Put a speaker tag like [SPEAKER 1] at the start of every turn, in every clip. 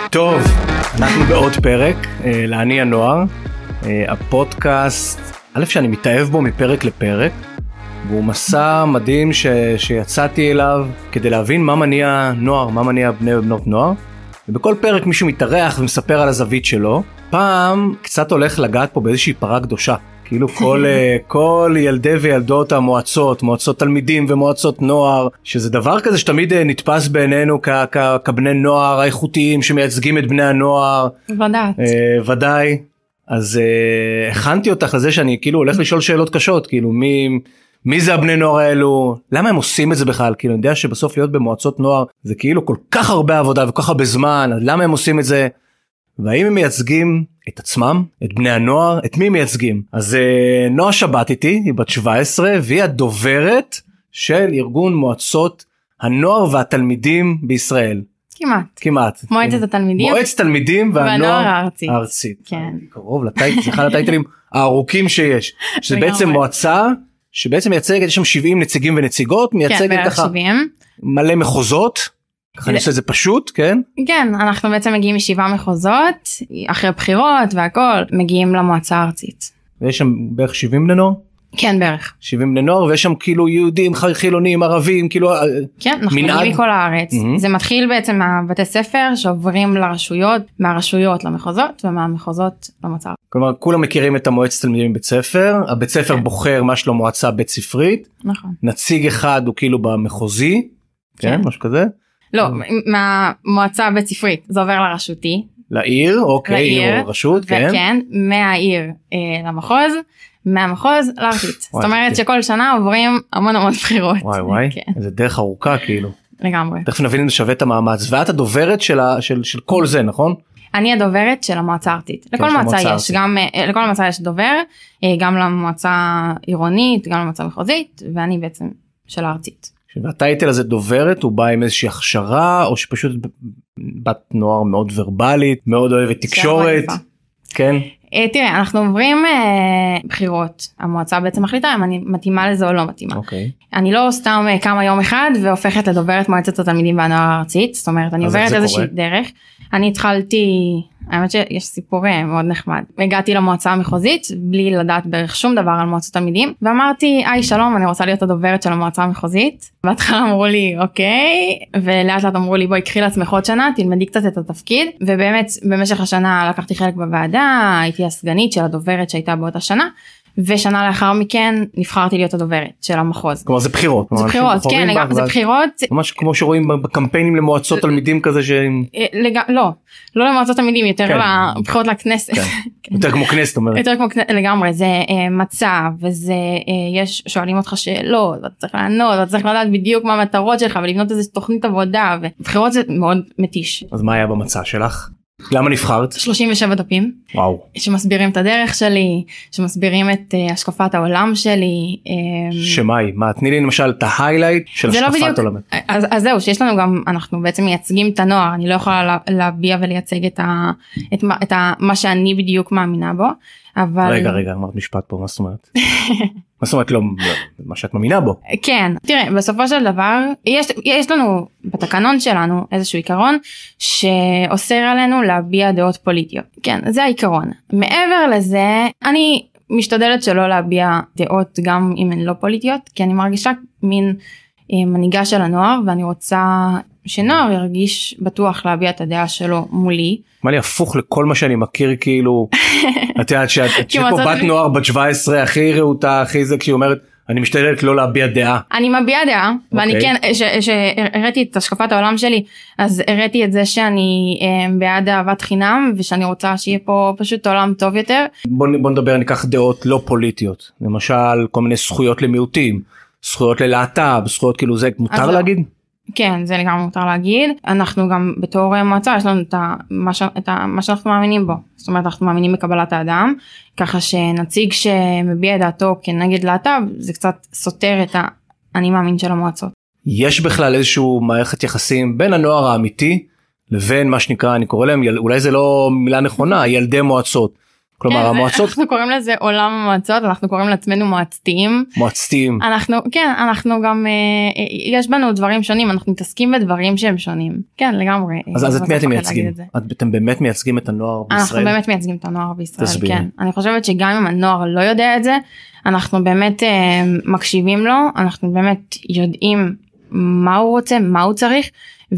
[SPEAKER 1] טוב, אנחנו בעוד פרק, לעני הנוער, הפודקאסט, א' שאני מתאהב בו מפרק לפרק, והוא מסע מדהים שיצאתי אליו כדי להבין מה מניע נוער, מה מניע בני ובנות נוער, ובכל פרק מישהו מתארח ומספר על הזווית שלו, פעם קצת הולך לגעת פה באיזושהי פרה קדושה, כאילו כל ילדי וילדות המועצות, מועצות תלמידים ומועצות נוער, שזה דבר כזה שתמיד נתפס בעינינו כבני נוער האיכותיים שמייצגים את בני הנוער. ודאי. אז הכנתי אותך לזה שאני כאילו הולך לשאול שאלות קשות, כאילו מי זה הבני נוער האלו, למה הם עושים את זה בכלל, כאילו אני יודע שבסוף להיות במועצות נוער זה כאילו כל כך הרבה עבודה וכל כך הרבה זמן, אז למה הם עושים את זה? והאם הם מייצגים את עצמם, את בני הנוער, את מי הם מייצגים? אז נועה שבת איתי, היא בת 17, והיא הדוברת של ארגון מועצות הנוער והתלמידים בישראל. כמעט.
[SPEAKER 2] מועצת התלמידים.
[SPEAKER 1] מועצת תלמידים והנוער הארצית.
[SPEAKER 2] כן.
[SPEAKER 1] קרוב לטייטל, זה אחד הטייטלים הארוכים שיש. שזה בעצם מועצה, שבעצם מייצגת, יש שם 70 נציגים ונציגות, מייצגת ככה מלא מחוזות. ככה אני עושה את זה פשוט, כן?
[SPEAKER 2] כן, אנחנו בעצם מגיעים מ7 מחוזות, אחרי בחירות והכל, מגיעים למועצה הארצית.
[SPEAKER 1] ויש שם בערך 70 בני נוער?
[SPEAKER 2] כן, בערך.
[SPEAKER 1] 70 בני נוער, ויש שם כאילו יהודים, חילונים, ערבים, כאילו...
[SPEAKER 2] כן, אנחנו מגיעים מכל הארץ. זה מתחיל בעצם מהבתי ספר שעוברים לרשויות, מהרשויות למחוזות, ומהמחוזות למועצה.
[SPEAKER 1] כלומר, כולם מכירים את המועצת תלמידים בבית ספר, הבית ספר בוחר מה שלו מועצה בית ספרית,
[SPEAKER 2] נכון.
[SPEAKER 1] נציג אחד הוא כאילו במחוזי, כן, משהו כזה.
[SPEAKER 2] לא, מהמועצה הבית ספרית, זה עובר לרשותי.
[SPEAKER 1] לעיר, אוקיי, עיר או רשות, כן.
[SPEAKER 2] וכן, מהעיר למחוז, מהמחוז לארצית. זאת אומרת שכל שנה עוברים המון בחירות.
[SPEAKER 1] וואי, זה דרך ארוכה כאילו.
[SPEAKER 2] לגמרי.
[SPEAKER 1] תכף נבין אם זה שווה את המאמץ, ואת הדוברת של כל זה, נכון?
[SPEAKER 2] אני הדוברת של המועצה הארצית. לכל מועצה יש, לכל מועצה יש דובר, גם למועצה עירונית, גם למועצה מחוזית, ואני בעצם של הארצית.
[SPEAKER 1] והטייטל הזה דוברת, הוא בא עם איזושהי הכשרה, או שפשוט בת נוער מאוד ורבלית, מאוד אוהבת תקשורת, כן?
[SPEAKER 2] תראה, אנחנו עוברים בחירות, המועצה בעצם מחליטה אם אני מתאימה לזה או לא מתאימה. אני לא סתם קמה יום אחד והופכת לדוברת מועצת התלמידים והנוער הארצית, זאת אומרת, אני עוברת איזושהי דרך. אני התחלתי, האמת שיש סיפור מאוד נחמד, הגעתי למועצה המחוזית בלי לדעת בערך שום דבר על מועצות תלמידים, ואמרתי, היי שלום, אני רוצה להיות הדוברת של המועצה המחוזית, בהתחלה אמרו לי אוקיי, ולאט לאט אמרו לי בואי קחי לעצמך עוד שנה, תלמדי קצת את התפקיד, ובאמת במשך השנה לקחתי חלק בוועדה, הייתי הסגנית של הדוברת שהייתה באותה שנה, ושנה לאחר מכן נבחרתי להיות הדוברת של המחוז.
[SPEAKER 1] כלומר זה בחירות.
[SPEAKER 2] זה בחירות, כן, זה בחירות.
[SPEAKER 1] ממש כמו שרואים בקמפיינים למועצות תלמידים כזה
[SPEAKER 2] לא למועצות תלמידים, יותר לבחירות לכנסת.
[SPEAKER 1] יותר כמו כנסת אומרת.
[SPEAKER 2] יותר כמו לגמרי, זה מצע, וזה, יש, שואלים אותך שאלות, ואתה צריך לענות, ואתה צריך לדעת בדיוק מה המטרות שלך, ולבנות איזו תוכנית עבודה, ובחירות זה מאוד מתיש.
[SPEAKER 1] אז מה היה במצע שלך? למה נבחרת?
[SPEAKER 2] 37 דפים.
[SPEAKER 1] וואו. שמסבירים
[SPEAKER 2] את הדרך שלי, שמסבירים את השקפת העולם שלי.
[SPEAKER 1] שמאי, מה, תני לי למשל את ההיילייט של השקפת העולם.
[SPEAKER 2] אז זהו, שיש לנו גם, אנחנו בעצם מייצגים את הנוער, אני לא יכולה להביע ולייצג את מה שאני בדיוק מאמינה בו, אבל...
[SPEAKER 1] רגע, אמרת משפט פה, מה זאת אומרת? מה זאת אומרת לא, מה שאת מאמינה בו?
[SPEAKER 2] כן, תראה, בסופו של דבר, יש לנו בתקנון שלנו איזשהו עיקרון שאוסר עלינו להביע דעות פוליטיות. כן, זה העיקרון. מעבר לזה, אני משתדלת שלא להביע דעות גם אם הן לא פוליטיות, כי אני מרגישה מין מנהיגה של הנוער, ואני רוצה שנוער ירגיש בטוח להביע את הדעה שלו מולי.
[SPEAKER 1] מה לי הפוך לכל מה שאני מכיר, כאילו, את יודעת שאת פה בת נוער בת 17 הכי רעותה, הכי זה, כשהיא אומרת אני משתדלת לא להביע דעה.
[SPEAKER 2] אני מביעה דעה, ואני כן, שהראיתי את השקפת העולם שלי, אז הראיתי את זה שאני בעד אהבת חינם, ושאני רוצה שיהיה פה פשוט עולם טוב יותר.
[SPEAKER 1] בוא נדבר, ניקח דעות לא פוליטיות, למשל כל מיני זכויות למיעוטים, זכויות ללהט"ב, זכויות כאילו זה מותר להגיד?
[SPEAKER 2] כן, זה לגמרי מותר להגיד. אנחנו גם בתור מועצה יש לנו את מה שאנחנו מאמינים בו. זאת אומרת, אנחנו מאמינים בקבלת האדם, ככה שנציג שמביע את דעתו כנגד להט"ב, זה קצת סותר את האני מאמין של המועצות.
[SPEAKER 1] יש בכלל איזשהו מערכת יחסים בין הנוער האמיתי, לבין מה שנקרא, אני קורא להם, אולי זה לא מילה נכונה, ילדי מועצות. כלומר המועצות,
[SPEAKER 2] אנחנו קוראים לזה עולם המועצות, אנחנו קוראים לעצמנו מועצתיים. אנחנו גם, יש בנו דברים שונים, אנחנו מתעסקים בדברים שהם שונים. כן, לגמרי.
[SPEAKER 1] אז את מי אתם מייצגים? אתם באמת מייצגים את הנוער בישראל?
[SPEAKER 2] אנחנו באמת מייצגים את הנוער בישראל, כן. אני חושבת שגם אם הנוער לא יודע את זה, אנחנו באמת מקשיבים לו, אנחנו באמת יודעים מה הוא רוצה, מה הוא צריך,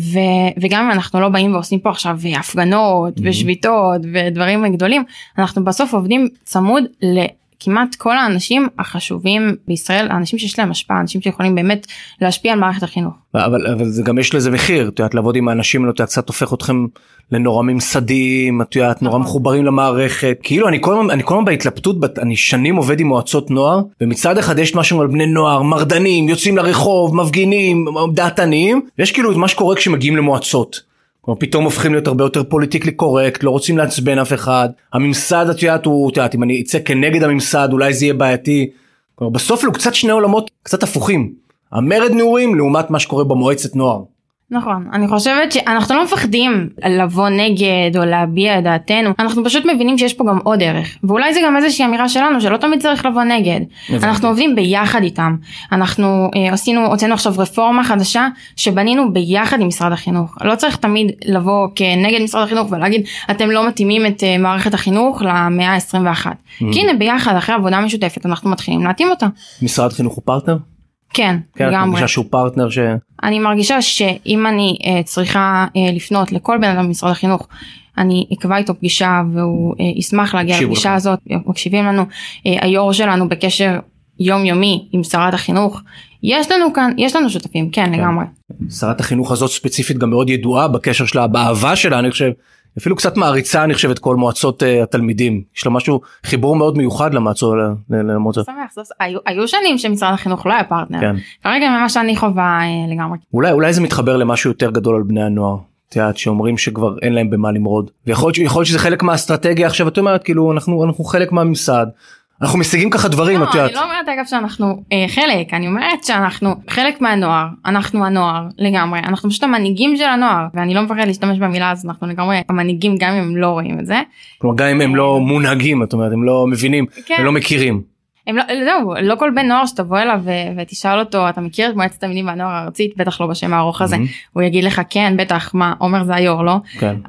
[SPEAKER 2] וגם אם אנחנו לא באים ועושים פה עכשיו הפגנות ושביתות ודברים גדולים, אנחנו בסוף עובדים צמוד לכמעט כל האנשים החשובים בישראל, האנשים שיש להם השפעה, אנשים שיכולים באמת להשפיע על מערכת החינוך.
[SPEAKER 1] אבל זה גם יש לזה מחיר, את יודעת, לעבוד עם האנשים האלה, קצת הופך אתכם לנורא ממסדים, את יודעת, נורא מחוברים למערכת, כאילו אני כל הזמן בהתלבטות, אני שנים עובד עם מועצות נוער, ומצד אחד יש משהו על בני נוער, מרדנים, יוצאים לרחוב, מפגינים, דעתניים, ויש כאילו את מה שקורה כשמגיעים למועצות, כלומר פתאום הופכים להיות הרבה יותר פוליטיקלי קורקט, לא רוצים לעצבן אף אחד, הממסד, את יודעת, אם אני אצא כנגד הממסד, אולי זה יהיה בעייתי, כלומר בסוף אלו קצת שני עולמות, קצת הפוכים, המרד נעורים לעומת מה שקורה במועצת נוער.
[SPEAKER 2] נכון, אני חושבת שאנחנו לא מפחדים לבוא נגד או להביע את דעתנו, אנחנו פשוט מבינים שיש פה גם עוד ערך, ואולי זה גם איזושהי אמירה שלנו שלא תמיד צריך לבוא נגד, אנחנו עובדים ביחד איתם, אנחנו הוצאנו עכשיו רפורמה חדשה שבנינו ביחד עם משרד החינוך, לא צריך תמיד לבוא כנגד משרד החינוך ולהגיד אתם לא מתאימים את מערכת החינוך למאה ה-21, כי הנה ביחד אחרי עבודה משותפת אנחנו מתחילים להתאים אותה.
[SPEAKER 1] משרד חינוך הוא פרטנר?
[SPEAKER 2] כן,
[SPEAKER 1] לגמרי. אני מרגישה שהוא פרטנר
[SPEAKER 2] אני מרגישה שאם אני צריכה לפנות לכל בן אדם במשרד החינוך, אני אקבע איתו פגישה והוא ישמח להגיע לפגישה הזאת, מקשיבים לנו, היו"ר שלנו בקשר יומיומי עם שרת החינוך, יש לנו שותפים, כן, לגמרי.
[SPEAKER 1] שרת החינוך הזאת ספציפית גם מאוד ידועה בקשר שלה, באהבה שלה, אני חושב, אפילו קצת מעריצה, אני חושבת, כל מועצות התלמידים. יש לה משהו, חיבור מאוד מיוחד למועצות.
[SPEAKER 2] היו שנים שמשרד החינוך לא היה פרטנר. כרגע ממה שאני חובה לגמרי.
[SPEAKER 1] אולי זה מתחבר למשהו יותר גדול על בני הנוער. תיאת, שאומרים שכבר אין להם במה למרוד. ויכול להיות שזה חלק מהאסטרטגיה. עכשיו את אומרת, כאילו, אנחנו חלק מהממסד. אנחנו משיגים ככה דברים, את יודעת.
[SPEAKER 2] אני לא אומרת אגב שאנחנו חלק, אני אומרת שאנחנו חלק מהנוער, אנחנו הנוער לגמרי, אנחנו פשוט המנהיגים של הנוער, ואני לא מפחד להשתמש במילה הזאת, אנחנו לגמרי המנהיגים גם אם הם לא רואים את זה.
[SPEAKER 1] כלומר, גם אם הם לא מונהגים, את אומרת, הם לא מבינים, הם לא מכירים.
[SPEAKER 2] לא כל בן נוער שתבוא אליו ותשאל אותו, אתה מכיר את מועצת התלמידים והנוער הארצית, בטח לא בשם הארוך הזה, הוא יגיד לך כן, בטח, מה, עומר זה היו"ר, לא?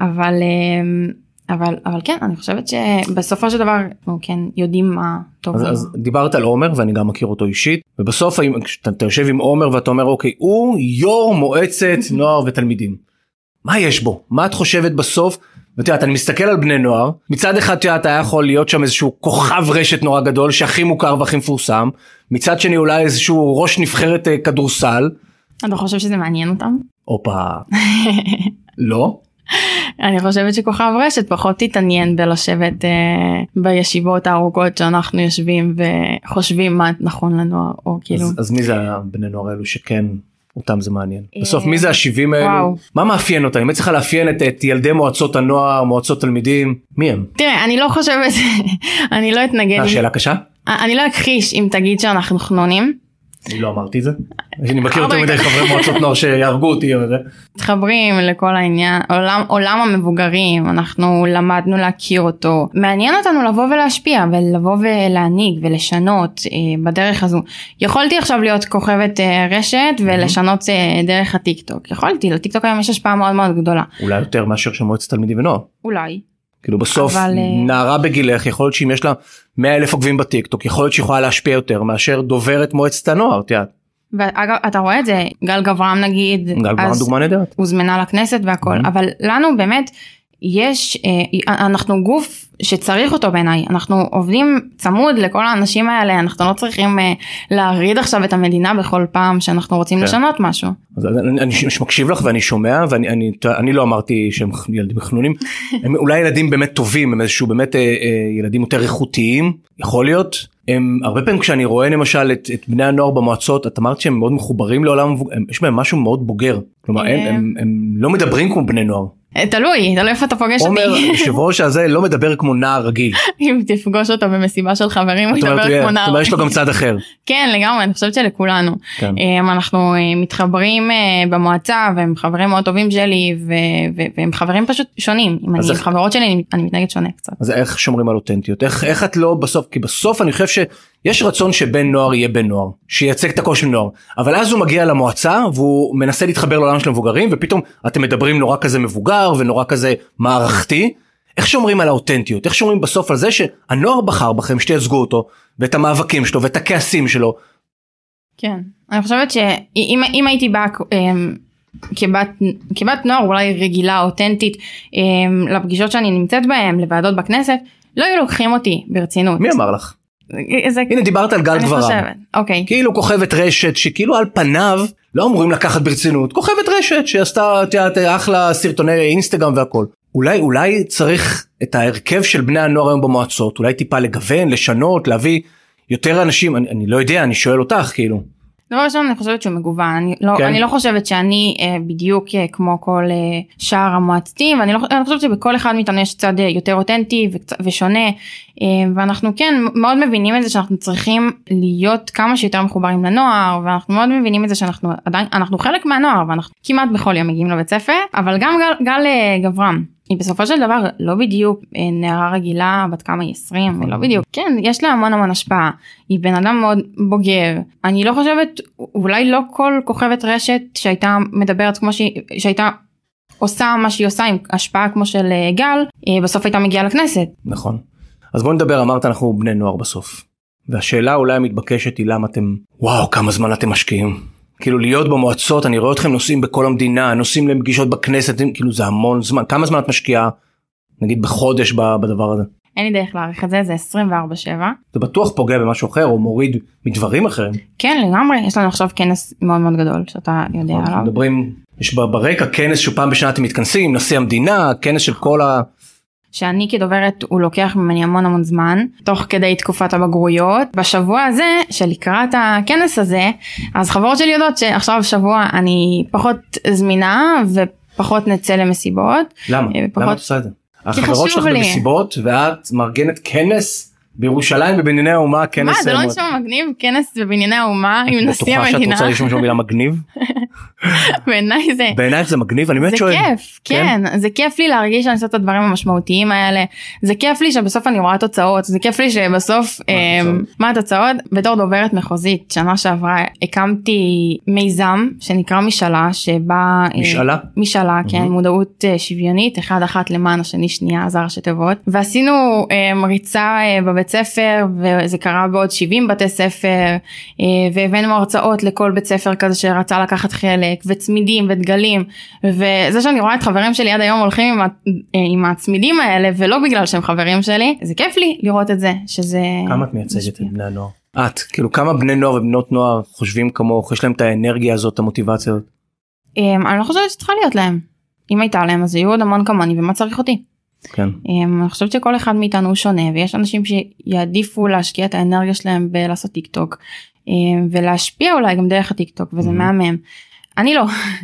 [SPEAKER 2] אבל כן, אני חושבת שבסופו של דבר אנחנו כן יודעים מה טוב.
[SPEAKER 1] אז דיברת על עומר ואני גם מכיר אותו אישית, ובסוף כשאתה יושב עם עומר ואתה אומר אוקיי, הוא יו"ר מועצת נוער ותלמידים. מה יש בו? מה את חושבת בסוף? ותראה, אני מסתכל על בני נוער, מצד אחד אתה יכול להיות שם איזשהו כוכב רשת נורא גדול, שהכי מוכר והכי מפורסם, מצד שני אולי איזשהו ראש נבחרת כדורסל.
[SPEAKER 2] אתה חושב שזה מעניין אותם?
[SPEAKER 1] אופה, לא?
[SPEAKER 2] אני חושבת שכוכב רשת פחות תתעניין בלשבת בישיבות הארוכות שאנחנו יושבים וחושבים מה נכון לנוער, או כאילו.
[SPEAKER 1] אז מי זה הבני נוער האלו שכן אותם זה מעניין? בסוף מי זה ה-70 האלו? מה מאפיין אותם? אם את צריכה לאפיין את ילדי מועצות הנוער, מועצות תלמידים, מי הם?
[SPEAKER 2] תראה, אני לא חושבת, אני לא אתנגד.
[SPEAKER 1] שאלה קשה?
[SPEAKER 2] אני לא אכחיש אם תגיד שאנחנו חנונים.
[SPEAKER 1] אני לא אמרתי את זה. אני מכיר יותר מדי חברי מועצות נוער שיהרגו אותי.
[SPEAKER 2] מתחברים לכל העניין, עולם המבוגרים, אנחנו למדנו להכיר אותו. מעניין אותנו לבוא ולהשפיע, ולבוא ולהנהיג ולשנות בדרך הזו. יכולתי עכשיו להיות כוכבת רשת ולשנות דרך הטיקטוק. יכולתי, לטיקטוק היום יש השפעה מאוד מאוד גדולה.
[SPEAKER 1] אולי יותר מאשר שמועצת תלמידים ונוער.
[SPEAKER 2] אולי.
[SPEAKER 1] כאילו בסוף נערה בגילך, יכול להיות שאם יש לה 100,000 עוקבים בטיקטוק, יכול להיות שיכולה להשפיע יותר מאשר דוברת מועצת הנוער, תיאת.
[SPEAKER 2] ואגב, אתה רואה את זה, גל גברם נגיד,
[SPEAKER 1] גל גברם דוגמה נהדרת.
[SPEAKER 2] הוזמנה לכנסת והכל, אבל לנו באמת יש, אנחנו גוף שצריך אותו בעיניי, אנחנו עובדים צמוד לכל האנשים האלה, אנחנו לא צריכים להריד עכשיו את המדינה בכל פעם שאנחנו רוצים לשנות משהו.
[SPEAKER 1] אז אני מקשיב לך ואני שומע, ואני לא אמרתי שהם ילדים חנונים, הם אולי ילדים באמת טובים, הם איזשהו באמת ילדים יותר איכותיים, יכול להיות, הם הרבה פעמים כשאני רואה למשל את בני הנוער במועצות, את אמרת שהם מאוד מחוברים לעולם, יש בהם משהו מאוד בוגר, כלומר הם לא מדברים כמו בני נוער.
[SPEAKER 2] תלוי איפה אתה פוגש אותי.
[SPEAKER 1] עומר, יושב ראש הזה לא מדבר כמו נער רגיל.
[SPEAKER 2] אם תפגוש אותו במסיבה של חברים, הוא ידבר כמו נער.
[SPEAKER 1] זאת אומרת, יש לו גם צד אחר.
[SPEAKER 2] כן, לגמרי, אני חושבת שלכולנו. אנחנו מתחברים במועצה, והם חברים מאוד טובים שלי, והם חברים פשוט שונים. אם אני עם חברות שלי, אני מתנהגת שונה קצת. אז
[SPEAKER 1] איך שומרים על אותנטיות? איך את לא בסוף? כי בסוף אני חושב שיש רצון שבן נוער יהיה בן נוער, שייצג את הקול של נוער, אבל אז הוא מגיע למועצה והוא מנסה להתחבר לעולם של המבוגרים, ופתאום אתם מדברים נורא כזה מבוגר ונורא כזה מערכתי. איך שומרים על האותנטיות? איך שומרים בסוף על זה שהנוער בחר בכם שתייצגו אותו, ואת המאבקים שלו ואת הכעסים שלו?
[SPEAKER 2] כן, אני חושבת שאם הייתי באה כבת נוער אולי רגילה, אותנטית, לפגישות שאני נמצאת בהן, לוועדות בכנסת, לא היו לוקחים אותי ברצינות.
[SPEAKER 1] מי אמר לך? הנה דיברת על גל גברם, כאילו כוכבת רשת שכאילו על פניו לא אמורים לקחת ברצינות, כוכבת רשת שעשתה אחלה סרטוני אינסטגרם והכל. אולי צריך את ההרכב של בני הנוער היום במועצות, אולי טיפה לגוון, לשנות, להביא יותר אנשים. אני לא יודע, אני שואל אותך כאילו.
[SPEAKER 2] דבר ראשון, אני חושבת שהוא מגוון, אני לא חושבת שאני בדיוק כמו כל שאר המועצתים, ואני חושבת שבכל אחד מאיתנו יש צד יותר אותנטי ושונה, ואנחנו כן מאוד מבינים את זה שאנחנו צריכים להיות כמה שיותר מחוברים לנוער, ואנחנו מאוד מבינים את זה שאנחנו עדיין, אנחנו חלק מהנוער, ואנחנו כמעט בכל יום מגיעים לבית ספר, אבל גם גל גברם, היא בסופו של דבר לא בדיוק נערה רגילה, בת כמה היא 20, לא בדיוק. כן, יש לה המון השפעה. היא בן אדם מאוד בוגר. אני לא חושבת, אולי לא כל כוכבת רשת שהייתה מדברת כמו שהייתה עושה מה שהיא עושה עם השפעה כמו של גל, בסוף הייתה מגיעה לכנסת.
[SPEAKER 1] נכון. אז בוא נדבר, אמרת אנחנו בני נוער בסוף. והשאלה אולי המתבקשת היא למה אתם, וואו, כמה זמן אתם משקיעים. כאילו להיות במועצות, אני רואה אתכם נוסעים בכל המדינה, נוסעים לפגישות בכנסת, כאילו זה המון זמן. כמה זמן את משקיעה, נגיד בחודש בדבר הזה?
[SPEAKER 2] אין לי דרך להעריך את זה, זה 24/7.
[SPEAKER 1] זה בטוח פוגע במשהו אחר, או מוריד מדברים אחרים.
[SPEAKER 2] כן, לגמרי, יש לנו עכשיו כנס מאוד מאוד גדול, שאתה יודע עליו.
[SPEAKER 1] מדברים, יש ברקע כנס שפעם בשנה אתם מתכנסים, נשיא המדינה, כנס של כל
[SPEAKER 2] שאני כדוברת הוא לוקח ממני המון זמן, תוך כדי תקופת הבגרויות. בשבוע הזה, שלקראת הכנס הזה, אז חברות שלי יודעות שעכשיו שבוע אני פחות זמינה, ופחות נצא למסיבות.
[SPEAKER 1] למה? למה את עושה את זה? החברות שלך במסיבות, ואת מארגנת כנס בירושלים בבנייני האומה, כנס...
[SPEAKER 2] מה, זה לא נשמע מגניב? כנס בבנייני האומה עם נשיא המדינה?
[SPEAKER 1] בטוחה שאת רוצה לשמוע מילה מגניב? בעיניי זה מגניב, אני באמת שואל.
[SPEAKER 2] זה כיף, כן, זה כיף לי להרגיש שאני עושה את הדברים המשמעותיים האלה, זה כיף לי שבסוף אני רואה תוצאות, זה כיף לי שבסוף, מה התוצאות? בתור דוברת מחוזית, שנה שעברה הקמתי מיזם שנקרא משאלה, שבא... משאלה, כן, מודעות שוויונית, 1-1 למען השני שנייה, זה ראשי תיבות, ועשינו ריצה בבית ספר, וזה קרה בעוד 70 בתי ספר, והבאנו הרצאות לכל בית ספר כזה שרצה לקחת חלק, וצמידים ודגלים, וזה שאני רואה את חברים שלי עד היום הולכים עם הצמידים האלה, ולא בגלל שהם חברים שלי, זה כיף לי לראות את זה, שזה...
[SPEAKER 1] כמה את מייצגת את בני הנוער? כאילו כמה בני נוער ובנות נוער חושבים כמוך, יש להם את האנרגיה הזאת, המוטיבציה הזאת?
[SPEAKER 2] אני לא חושבת שצריכה להיות להם. אם הייתה להם, אז יהיו עוד המון כמוני, ומה צריך אותי?
[SPEAKER 1] כן.
[SPEAKER 2] אני חושבת שכל אחד מאיתנו הוא שונה, ויש אנשים שיעדיפו להשקיע את האנרגיה שלהם בלעשות טיק טוק, ולהשפיע אולי גם דרך הטיק טוק, וזה מהמם. אני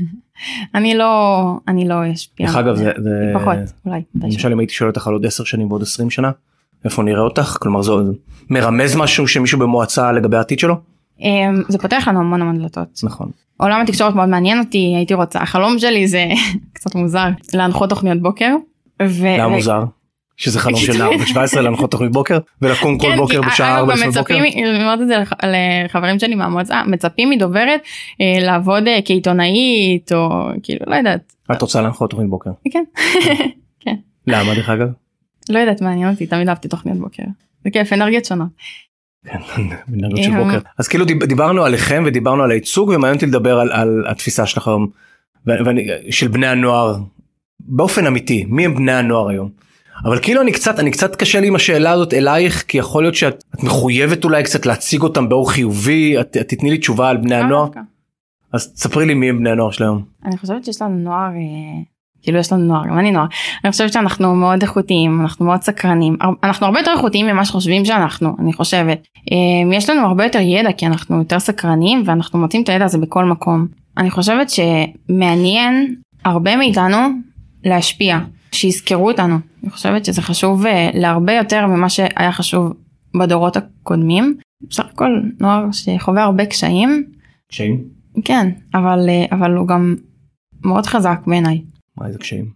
[SPEAKER 2] לא אשפיע.
[SPEAKER 1] דרך אגב, זה...
[SPEAKER 2] פחות, אולי.
[SPEAKER 1] למשל, אם הייתי שואל אותך על עוד 10 שנים ועוד 20 שנה, איפה נראה אותך? כלומר, זה מרמז משהו שמישהו במועצה לגבי העתיד שלו?
[SPEAKER 2] זה פותח לנו המון דלתות.
[SPEAKER 1] נכון.
[SPEAKER 2] עולם התקשורת מאוד מעניין אותי, הייתי רוצה, החלום שלי זה קצת מוזר, להנחות תוכניות בוקר.
[SPEAKER 1] למה מוזר? שזה חלום של נער ב-17 להנחות תוכנית בוקר, ולקום כל בוקר בשעה 4 לפנות בוקר.
[SPEAKER 2] ללמוד את זה לחברים שלי מהמועצה, מצפים מדוברת לעבוד כעיתונאית, או כאילו, לא יודעת.
[SPEAKER 1] את רוצה להנחות תוכנית בוקר?
[SPEAKER 2] כן.
[SPEAKER 1] למה דרך אגב?
[SPEAKER 2] לא יודעת, מעניין אותי, תמיד אהבתי תוכניות בוקר. זה כיף, אנרגיות שונות.
[SPEAKER 1] כן, אנרגיות של בוקר. אז כאילו דיברנו עליכם ודיברנו על הייצוג, ומעניין אותי לדבר על התפיסה שלך היום, של בני הנוער, באופן אמיתי, מי הם בני הנוער היום? אבל כאילו אני קצת קשה לי עם השאלה הזאת אלייך, כי יכול להיות שאת מחויבת אולי קצת להציג אותם באור חיובי, את תתני לי תשובה על בני הנוער. אז תספרי לי מי הם בני הנוער שלהם.
[SPEAKER 2] אני חושבת שיש לנו נוער, כאילו יש לנו נוער, גם אני נוער. אני חושבת שאנחנו מאוד איכותיים, אנחנו מאוד סקרנים, אנחנו הרבה יותר איכותיים ממה שחושבים שאנחנו, אני חושבת. יש לנו הרבה יותר ידע, כי אנחנו יותר סקרנים, ואנחנו מוצאים את הידע הזה בכל מקום. אני חושבת שמעניין הרבה מאיתנו להשפיע, שיזכרו אותנו. אני חושבת שזה חשוב להרבה יותר ממה שהיה חשוב בדורות הקודמים. בסך הכל נוער שחווה הרבה קשיים.
[SPEAKER 1] קשיים?
[SPEAKER 2] כן, אבל הוא גם מאוד חזק בעיניי.
[SPEAKER 1] מה איזה קשיים?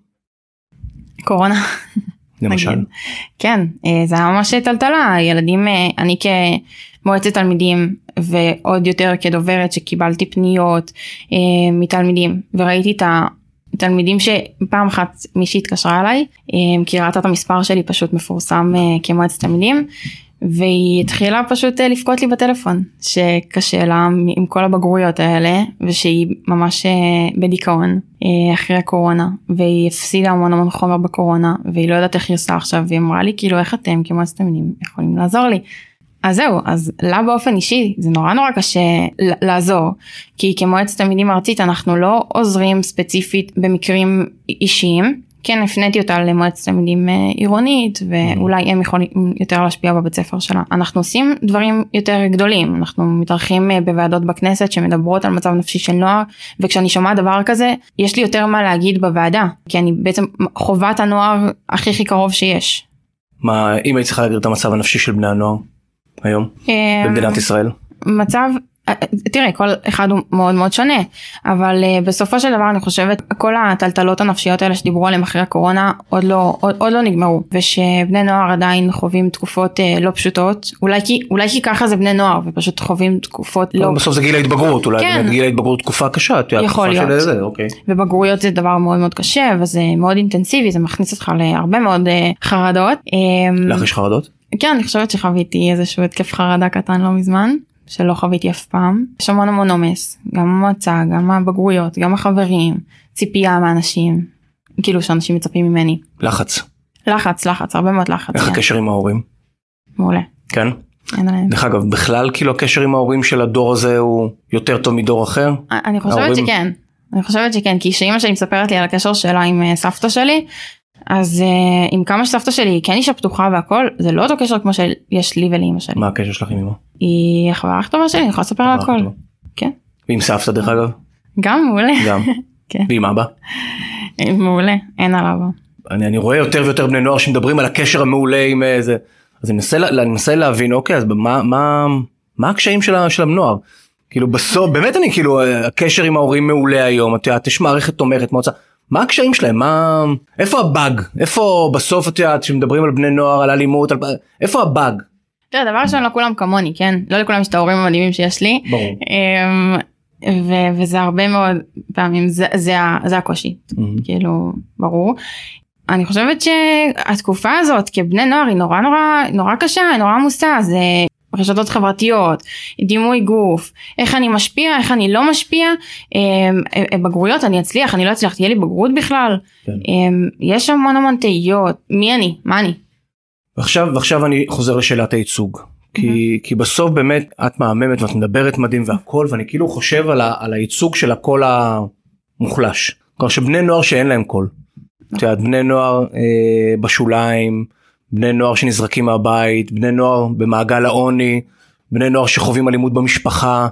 [SPEAKER 2] קורונה.
[SPEAKER 1] למשל?
[SPEAKER 2] כן, זה היה ממש טלטלה. ילדים, אני כמועצת תלמידים ועוד יותר כדוברת שקיבלתי פניות מתלמידים, וראיתי את התלמידים שפעם אחת מישהי התקשרה אליי, כי ראתה את המספר שלי פשוט מפורסם כמועצת תלמידים, והיא התחילה פשוט לבכות לי בטלפון, שקשה לה עם כל הבגרויות האלה, ושהיא ממש בדיכאון אחרי הקורונה, והיא הפסידה המון חומר בקורונה, והיא לא יודעת איך היא עושה עכשיו, והיא אמרה לי כאילו איך אתם כמועצת תלמידים יכולים לעזור לי. אז זהו, אז לה באופן אישי זה נורא קשה לעזור, כי כמועצת תלמידים ארצית אנחנו לא עוזרים ספציפית במקרים אישיים, כן הפניתי אותה למועצת תלמידים עירונית, ואולי הם יכולים יותר להשפיע בבית ספר שלה. אנחנו עושים דברים יותר גדולים, אנחנו מתארחים בוועדות בכנסת שמדברות על מצב נפשי של נוער, וכשאני שומעת דבר כזה, יש לי יותר מה להגיד בוועדה, כי אני בעצם חובת הנוער הכי קרוב שיש.
[SPEAKER 1] מה, אם היית צריכה להגדיר את המצב הנפשי של בני הנוער היום במדינת ישראל?
[SPEAKER 2] מצב, תראה, כל אחד הוא מאוד שונה, אבל בסופו של דבר אני חושבת, כל הטלטלות הנפשיות האלה שדיברו עליהם אחרי הקורונה, עוד לא נגמרו, ושבני נוער עדיין חווים תקופות לא פשוטות, אולי כי ככה זה בני נוער, ופשוט חווים תקופות לא...
[SPEAKER 1] בסוף זה גיל ההתבגרות, אולי באמת גיל ההתבגרות תקופה קשה,
[SPEAKER 2] יכול להיות, ובגרויות זה דבר מאוד קשה, וזה מאוד אינטנסיבי, זה מכניס אותך להרבה מאוד חרדות.
[SPEAKER 1] לך יש חרדות?
[SPEAKER 2] כן, אני חושבת שחוויתי איזשהו התקף חרדה קטן לא מזמן, שלא חוויתי אף פעם. יש המון עומס, גם המועצה, גם הבגרויות, גם החברים, ציפייה מאנשים, כאילו שאנשים מצפים ממני. לחץ, הרבה מאוד לחץ.
[SPEAKER 1] איך הקשר עם ההורים?
[SPEAKER 2] מעולה.
[SPEAKER 1] כן? דרך אגב, בכלל כאילו הקשר עם ההורים של הדור הזה הוא יותר טוב מדור אחר?
[SPEAKER 2] אני חושבת שכן, כי שאמא שלי מספרת לי על הקשר שלה עם סבתא שלי, אז עם כמה שסבתא שלי כן אישה פתוחה והכל, זה לא אותו קשר כמו שיש לי ולאמא שלי.
[SPEAKER 1] מה הקשר שלך עם אמא?
[SPEAKER 2] היא חברה הכי טובה שלי, אני יכולה לספר לה הכל. כן.
[SPEAKER 1] ועם סבתא דרך אגב?
[SPEAKER 2] גם מעולה.
[SPEAKER 1] גם?
[SPEAKER 2] כן.
[SPEAKER 1] ועם אבא?
[SPEAKER 2] מעולה, אין עליו.
[SPEAKER 1] אני רואה יותר ויותר בני נוער שמדברים על הקשר המעולה עם זה, אז אני מנסה להבין, אוקיי, אז מה הקשיים של הנוער? כאילו בסוף, באמת אני כאילו, הקשר עם ההורים מעולה היום, יש מערכת תומכת, מועצה. מה הקשיים שלהם? איפה הבאג? איפה בסוף את יודעת שמדברים על בני נוער, על אלימות, איפה הבאג?
[SPEAKER 2] תראה, דבר ראשון לא כולם כמוני, כן? לא לכולם יש את ההורים המדהימים שיש לי.
[SPEAKER 1] ברור.
[SPEAKER 2] וזה הרבה מאוד פעמים, זה הקושי, כאילו, ברור. אני חושבת שהתקופה הזאת כבני נוער היא נורא קשה, היא נורא עמוסה, זה רשתות חברתיות, דימוי גוף, איך אני משפיע, איך אני לא משפיע, בגרויות, אני אצליח, אני לא אצליח, תהיה לי בגרות בכלל, יש המון תהיות, מי אני, מה אני?
[SPEAKER 1] ועכשיו אני חוזר לשאלת הייצוג, כי בסוף באמת את מהממת ואת מדברת מדהים והכל, ואני כאילו חושב על הייצוג של הקול המוחלש, כלומר שבני נוער שאין להם קול, בני נוער בשוליים, בני נוער שנזרקים מהבית, בני נוער במעגל העוני, בני נוער שחווים אלימות במשפחה,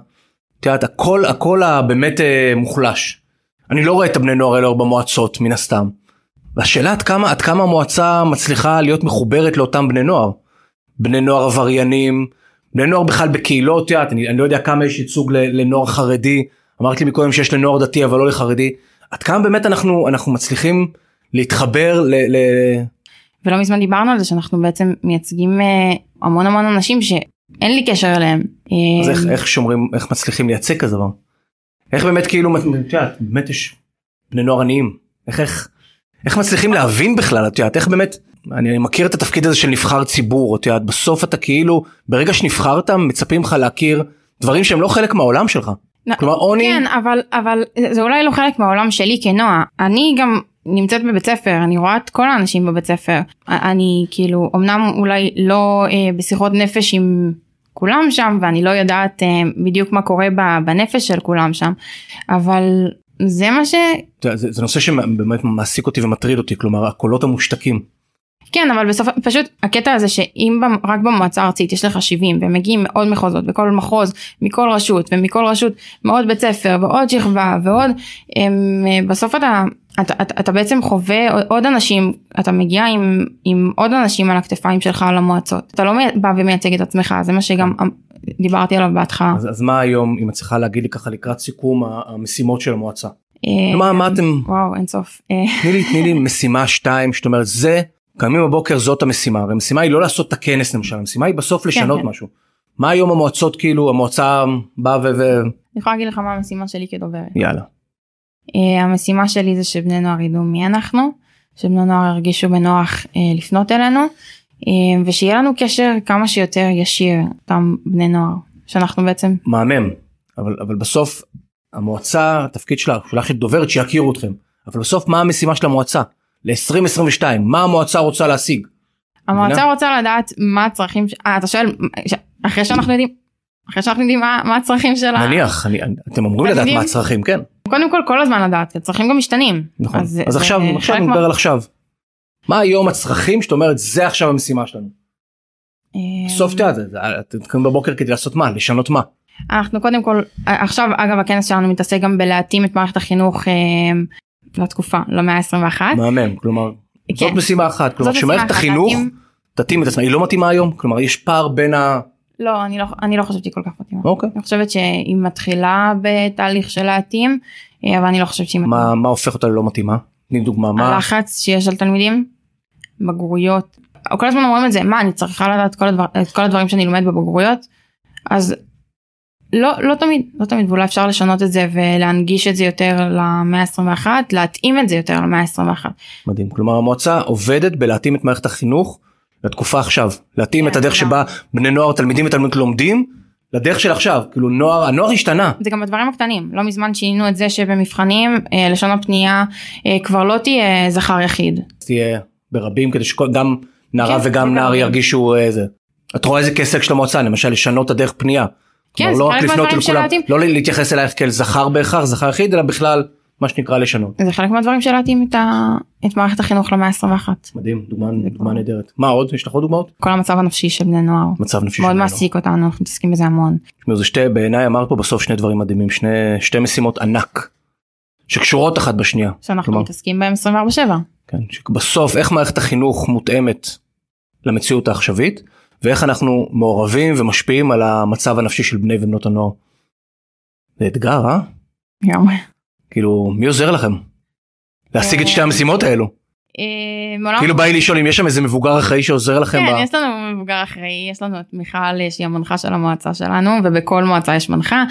[SPEAKER 1] הכל באמת מוחלש. אני לא רואה את הבני נוער האלה במועצות, מן הסתם. והשאלה עד כמה המועצה מצליחה להיות מחוברת לאותם בני נוער. בני נוער עבריינים, בני נוער בכלל בקהילות, אני לא יודע כמה יש ייצוג לנוער חרדי, אמרתי לי מקודם שיש לנוער דתי אבל לא לחרדי, עד כמה באמת אנחנו מצליחים להתחבר
[SPEAKER 2] ולא מזמן דיברנו על זה שאנחנו בעצם מייצגים המון אנשים שאין לי קשר אליהם.
[SPEAKER 1] אז איך שומרים, איך מצליחים לייצג כזה דבר? איך באמת כאילו, באמת יש בני נוער עניים, איך מצליחים להבין בכלל, איך באמת, אני מכיר את התפקיד הזה של נבחר ציבור, בסוף אתה כאילו, ברגע שנבחרת מצפים לך להכיר דברים שהם לא חלק מהעולם שלך. כלומר עוני.
[SPEAKER 2] כן, אבל זה אולי לא חלק מהעולם שלי כנועה, אני גם נמצאת בבית ספר, אני רואה את כל האנשים בבית ספר, אני כאילו, אמנם אולי לא בשיחות נפש עם כולם שם, ואני לא יודעת בדיוק מה קורה בנפש של כולם שם, אבל זה מה
[SPEAKER 1] זה נושא שבאמת מעסיק אותי ומטריד אותי, כלומר, הקולות המושתקים.
[SPEAKER 2] כן, אבל בסוף, פשוט הקטע הזה שאם רק במועצה הארצית יש לך 70, והם מגיעים מעוד מחוזות, בכל מחוז, מכל רשות, ומכל רשות, מעוד בית ספר, ועוד שכבה, ועוד, בסוף אתה בעצם חווה עוד אנשים, אתה מגיע עם עוד אנשים על הכתפיים שלך על המועצות, אתה לא בא ומייצג את עצמך, זה מה שגם דיברתי עליו בהתחלה.
[SPEAKER 1] אז מה היום, אם את צריכה להגיד לי ככה לקראת סיכום המשימות של המועצה? מה אתם...
[SPEAKER 2] וואו, אין סוף.
[SPEAKER 1] תני לי משימה 2, שאת אומרת, זה, קמים בבוקר זאת המשימה, המשימה היא לא לעשות את הכנס למשל, המשימה היא בסוף לשנות משהו. מה היום המועצות, כאילו, המועצה באה
[SPEAKER 2] אני יכולה להגיד לך מה המשימה שלי כדוברת.
[SPEAKER 1] יאללה.
[SPEAKER 2] המשימה שלי זה שבני נוער ידעו מי אנחנו, שבני נוער ירגישו בנוח לפנות אלינו, ושיהיה לנו קשר כמה שיותר ישיר, אותם בני נוער, שאנחנו בעצם...
[SPEAKER 1] מהמם, אבל בסוף המועצה, התפקיד שלה, שולחת דוברת שיכירו אתכם, אבל בסוף מה המשימה של המועצה? ל-2022, מה המועצה רוצה להשיג?
[SPEAKER 2] המועצה רוצה לדעת מה הצרכים, אתה שואל, אחרי שאנחנו יודעים מה הצרכים שלה.
[SPEAKER 1] נניח, אתם אמורים לדעת מה הצרכים, כן.
[SPEAKER 2] קודם כל הזמן לדעת, הצרכים גם משתנים.
[SPEAKER 1] נכון, אז עכשיו נדבר על עכשיו. מה היום הצרכים שאת אומרת, זה עכשיו המשימה שלנו? בסוף אתם קמים בבוקר כדי לעשות מה? לשנות מה?
[SPEAKER 2] אנחנו קודם כל, עכשיו אגב הכנס שלנו מתעסק גם בלהתאים את מערכת החינוך לתקופה, למאה ה-21.
[SPEAKER 1] מהמם, כלומר, זאת משימה אחת, כלומר שמערכת החינוך תתאים את עצמה, היא לא מתאימה היום? כלומר יש פער בין ה...
[SPEAKER 2] לא, אני לא חושבת שהיא כל כך מתאימה. אני חושבת שהיא מתחילה בתהליך של להתאים, אבל אני לא חושבת שהיא מתאימה.
[SPEAKER 1] מה הופך אותה ללא מתאימה? תני דוגמה, מה?
[SPEAKER 2] הלחץ שיש על תלמידים, בגרויות, כל הזמן אומרים את זה, מה, אני צריכה לדעת את כל הדברים שאני לומד בבגרויות, אז לא תמיד, ואולי אפשר לשנות את זה ולהנגיש את זה יותר למאה ה-21, להתאים את זה יותר למאה ה-21.
[SPEAKER 1] מדהים, כלומר המועצה עובדת בלהתאים את מערכת החינוך לתקופה עכשיו, להתאים את הדרך שבה בני נוער, תלמידים ותלמידות לומדים, לדרך של עכשיו, כאילו הנוער השתנה.
[SPEAKER 2] זה גם בדברים הקטנים, לא מזמן שינו את זה שבמבחנים, לשון הפנייה, כבר לא תהיה זכר יחיד.
[SPEAKER 1] תהיה ברבים, כדי שגם נערה וגם נער ירגישו איזה. את רואה איזה כסק של המועצה, למשל לשנות הדרך פנייה.
[SPEAKER 2] כן, זה חלק מהדברים של להתאים.
[SPEAKER 1] לא להתייחס אלייך כאל זכר בהכרח, זכר יחיד, אלא בכלל מה שנקרא לשנות.
[SPEAKER 2] זה חלק מהדברים של להתאים את מערכת החינוך למאה ה-21.
[SPEAKER 1] מדהים, דוגמה נהדרת. מה עוד? יש לך עוד דוגמאות?
[SPEAKER 2] כל המצב הנפשי של בני נוער.
[SPEAKER 1] מצב נפשי של בני נוער.
[SPEAKER 2] מאוד מעסיק אותנו, אנחנו מתעסקים בזה המון.
[SPEAKER 1] זה בעיניי אמרת פה בסוף שני דברים מדהימים, שתי משימות ענק, שקשורות אחת בשנייה.
[SPEAKER 2] שאנחנו מתעסקים בהם 24/7.
[SPEAKER 1] כן, שבסוף איך מערכת החינוך מותאמת למציאות העכשווית, ואיך אנחנו מעורבים ומשפיעים על המצב הנפשי של בני ובנות הנוער. זה אתגר, כאילו, מי עוזר לכם? להשיג את שתי המשימות האלו? כאילו בא לי לשאול אם יש שם איזה מבוגר אחראי שעוזר לכם.
[SPEAKER 2] כן, יש לנו מבוגר אחראי, יש לנו את מיכל שהיא המנחה של המועצה שלנו, ובכל מועצה יש מנחה,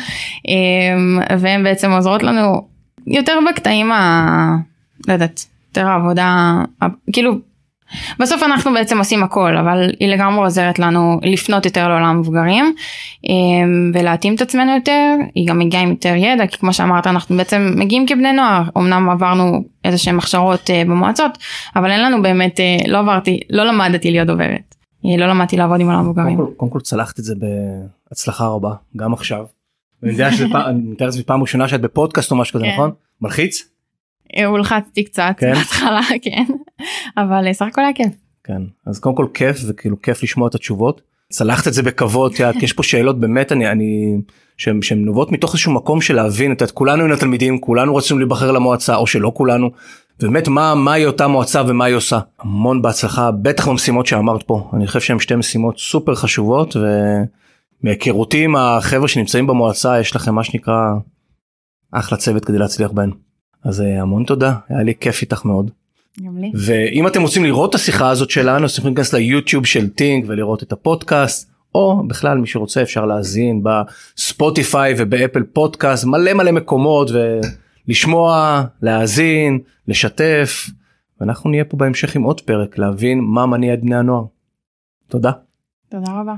[SPEAKER 2] והם בעצם עוזרות לנו יותר בקטעים, לא יודעת, יותר העבודה, כאילו, בסוף אנחנו בעצם עושים הכל, אבל היא לגמרי עוזרת לנו לפנות יותר לעולם המבוגרים, ולהתאים את עצמנו יותר, היא גם מגיעה עם יותר ידע, כי כמו שאמרת, אנחנו בעצם מגיעים כבני נוער, אמנם עברנו איזה שהן הכשרות במועצות, אבל אין לנו באמת, לא למדתי להיות דוברת, לא למדתי לעבוד עם עולם המבוגרים.
[SPEAKER 1] קודם כל צלחת את זה בהצלחה רבה, גם עכשיו, ואני יודע שזה פעם ראשונה שאת בפודקאסט או משהו כזה, נכון? מלחיץ?
[SPEAKER 2] הולחצתי קצת בהתחלה, כן, אבל סך הכל היה כיף.
[SPEAKER 1] כן, אז קודם כל כיף, וכאילו כיף לשמוע את התשובות, צלחת את זה בכבוד, כי יש פה שאלות באמת, שהן נובעות מתוך איזשהו מקום של להבין, כולנו עם התלמידים, כולנו רצינו להיבחר למועצה, או שלא כולנו, ובאמת מה היא אותה מועצה ומה היא עושה. המון בהצלחה, בטח במשימות שאמרת פה, אני חושב שהן שתי משימות סופר חשובות, ומהיכרותי עם החבר'ה שנמצאים במועצה, יש לכם מה שנקרא אחלה צוות כדי להצליח בהן. אז המון תודה, היה לי כיף איתך מאוד.
[SPEAKER 2] גם לי.
[SPEAKER 1] ואם אתם רוצים לראות את השיחה הזאת שלנו, אז אתם יכולים להיכנס ליוטיוב של טינק ולראות את הפודקאסט, או בכלל מי שרוצה אפשר להאזין בספוטיפיי ובאפל פודקאסט, מלא מקומות, ולשמוע, להאזין, לשתף, ואנחנו נהיה פה בהמשך עם עוד פרק, להבין מה מניע את בני הנוער. תודה.
[SPEAKER 2] תודה רבה.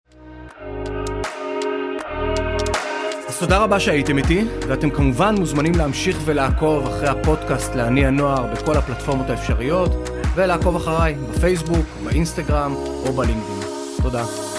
[SPEAKER 1] אז תודה רבה שהייתם איתי, ואתם כמובן מוזמנים להמשיך ולעקוב אחרי הפודקאסט להניע נוער בכל הפלטפורמות האפשריות, ולעקוב אחריי בפייסבוק, באינסטגרם או בלינקדאין. תודה.